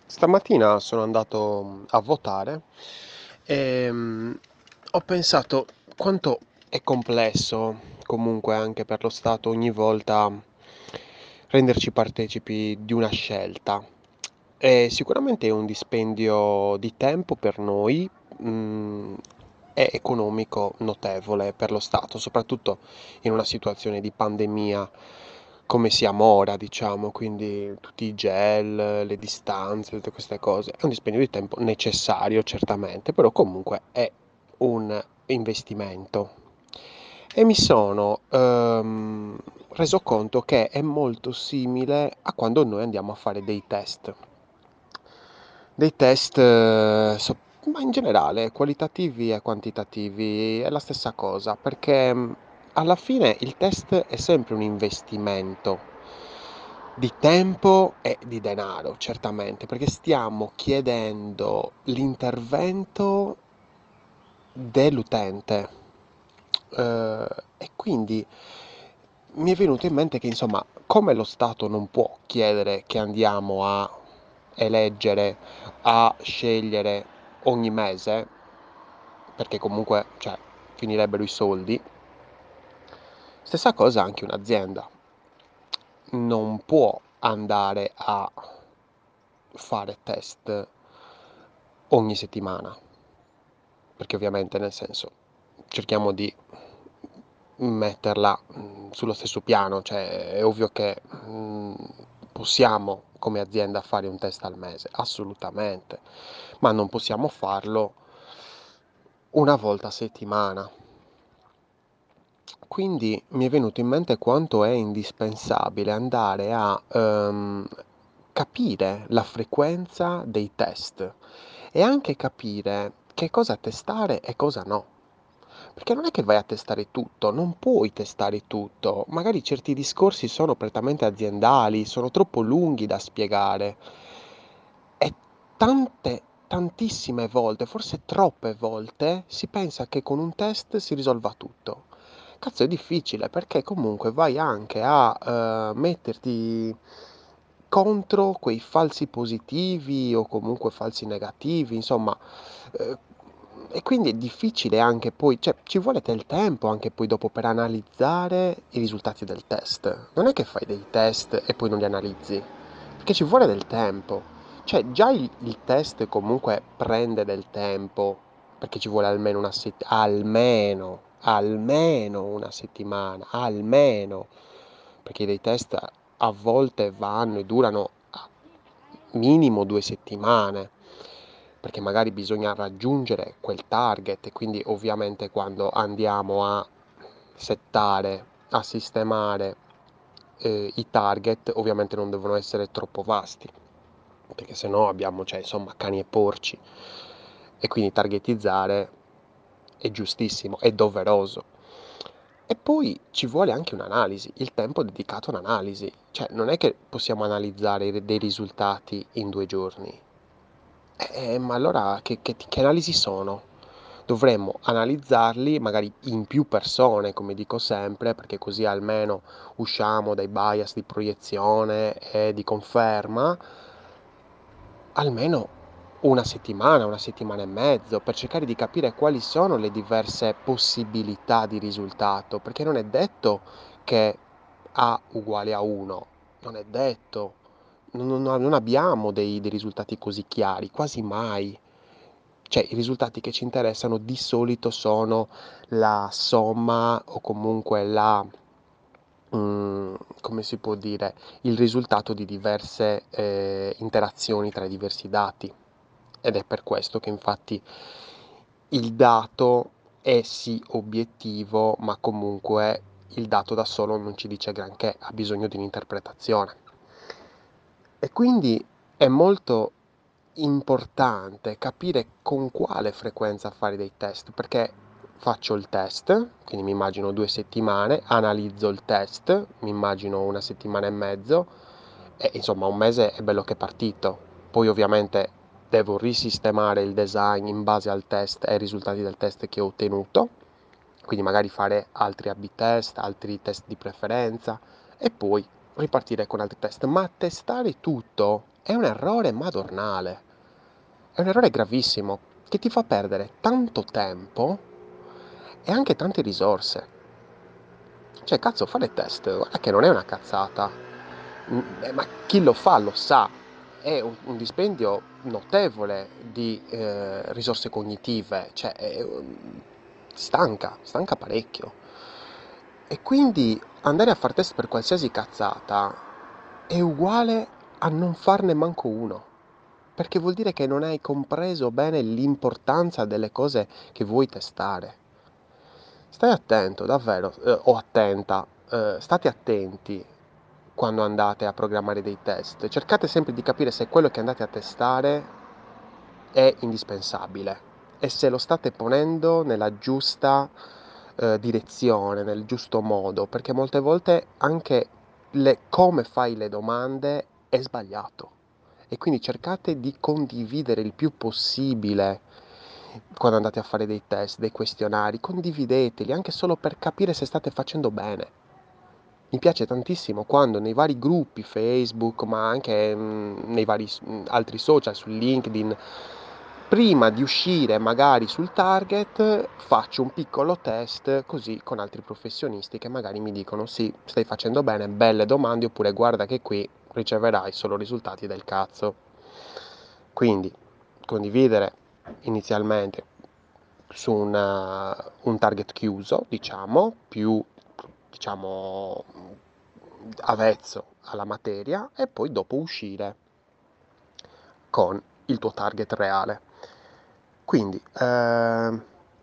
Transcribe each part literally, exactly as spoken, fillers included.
Stamattina sono andato mm, a votare e mm, ho pensato quanto è complesso comunque anche per lo Stato ogni volta renderci partecipi di una scelta. E sicuramente è un dispendio di tempo per noi, mm, e economico notevole per lo Stato, soprattutto in una situazione di pandemia come siamo ora, diciamo, quindi tutti i gel, le distanze, tutte queste cose. È un dispendio di tempo necessario, certamente, però comunque è un investimento. E mi sono ehm, reso conto che è molto simile a quando noi andiamo a fare dei test. Dei test, eh, so- ma in generale, qualitativi e quantitativi, è la stessa cosa, perché mh, alla fine il test è sempre un investimento di tempo e di denaro, certamente, perché stiamo chiedendo l'intervento dell'utente. Eh, e quindi mi è venuto in mente che, insomma, come lo Stato non può chiedere che andiamo a eleggere, a scegliere ogni mese, perché comunque, cioè, finirebbero i soldi, stessa cosa anche un'azienda. Non può andare a fare test ogni settimana, perché ovviamente nel senso cerchiamo di metterla mh, sullo stesso piano, cioè è ovvio che mh, possiamo come azienda fare un test al mese, assolutamente, ma non possiamo farlo una volta a settimana. Quindi mi è venuto in mente quanto è indispensabile andare a ehm, capire la frequenza dei test e anche capire che cosa testare e cosa no. Perché non è che vai a testare tutto, non puoi testare tutto. Magari certi discorsi sono prettamente aziendali, sono troppo lunghi da spiegare. E tante, tantissime volte, forse troppe volte, si pensa che con un test si risolva tutto. Cazzo, è difficile perché comunque vai anche a eh, metterti contro quei falsi positivi o comunque falsi negativi, insomma, eh, e quindi è difficile anche poi, cioè ci vuole del tempo anche poi dopo per analizzare i risultati del test. Non è che fai dei test e poi non li analizzi, perché ci vuole del tempo. Cioè già il, il test comunque prende del tempo, perché ci vuole almeno una settimana, almeno, almeno una settimana, almeno, perché dei test a volte vanno e durano a minimo due settimane, perché magari bisogna raggiungere quel target e quindi ovviamente quando andiamo a settare, a sistemare eh, i target, ovviamente non devono essere troppo vasti, perché se no abbiamo, cioè, insomma, cani e porci, e quindi targetizzare è giustissimo, è doveroso. E poi ci vuole anche un'analisi, il tempo dedicato a un'analisi, cioè non è che possiamo analizzare dei risultati in due giorni. Eh, ma allora che, che- che analisi sono? Dovremmo analizzarli magari in più persone, come dico sempre, perché così almeno usciamo dai bias di proiezione e di conferma, almeno una settimana, una settimana e mezzo, per cercare di capire quali sono le diverse possibilità di risultato, perché non è detto che A uguale a uno, non è detto, non, non- non abbiamo dei, dei risultati così chiari, quasi mai. Cioè, i risultati che ci interessano di solito sono la somma o comunque la, mm, come si può dire, il risultato di diverse eh, interazioni tra i diversi dati. Ed è per questo che infatti il dato è sì obiettivo, ma comunque il dato da solo non ci dice granché, ha bisogno di un'interpretazione. E quindi è molto importante capire con quale frequenza fare dei test, perché faccio il test, quindi mi immagino due settimane, analizzo il test, mi immagino una settimana e mezzo, e insomma un mese è bello che è partito. Poi ovviamente devo risistemare il design in base al test e ai risultati del test che ho ottenuto, quindi magari fare altri A B test, altri test di preferenza e poi ripartire con altri test, ma testare tutto è un errore madornale, è un errore gravissimo che ti fa perdere tanto tempo e anche tante risorse. Cioè, cazzo, fare test, guarda che non è una cazzata. Mm, eh, ma chi lo fa lo sa. È un, un dispendio notevole di eh, risorse cognitive, cioè è, um, stanca, stanca parecchio. E quindi andare a fare test per qualsiasi cazzata è uguale a non farne manco uno. Perché vuol dire che non hai compreso bene l'importanza delle cose che vuoi testare. Stai attento, davvero, eh, o attenta, eh, state attenti quando andate a programmare dei test. Cercate sempre di capire se quello che andate a testare è indispensabile e se lo state ponendo nella giusta eh, direzione, nel giusto modo, perché molte volte anche le, come fai le domande è sbagliato. E quindi cercate di condividere il più possibile quando andate a fare dei test, dei questionari, condivideteli anche solo per capire se state facendo bene. Mi piace tantissimo quando nei vari gruppi Facebook, ma anche mm, nei vari mm, altri social, su LinkedIn, prima di uscire magari sul target, faccio un piccolo test così con altri professionisti che magari mi dicono sì, stai facendo bene, belle domande, oppure guarda che qui riceverai solo risultati del cazzo. Quindi condividere inizialmente su una- un target chiuso, diciamo, più diciamo avvezzo alla materia e poi dopo uscire con il tuo target reale. Quindi ehm,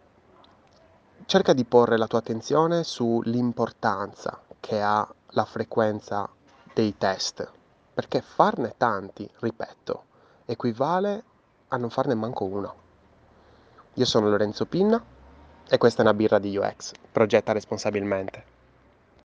cerca di porre la tua attenzione sull'importanza che ha la frequenza dei test, perché farne tanti, ripeto, equivale a non farne manco uno. Io sono Lorenzo Pinna e questa è una birra di U X. Progetta responsabilmente.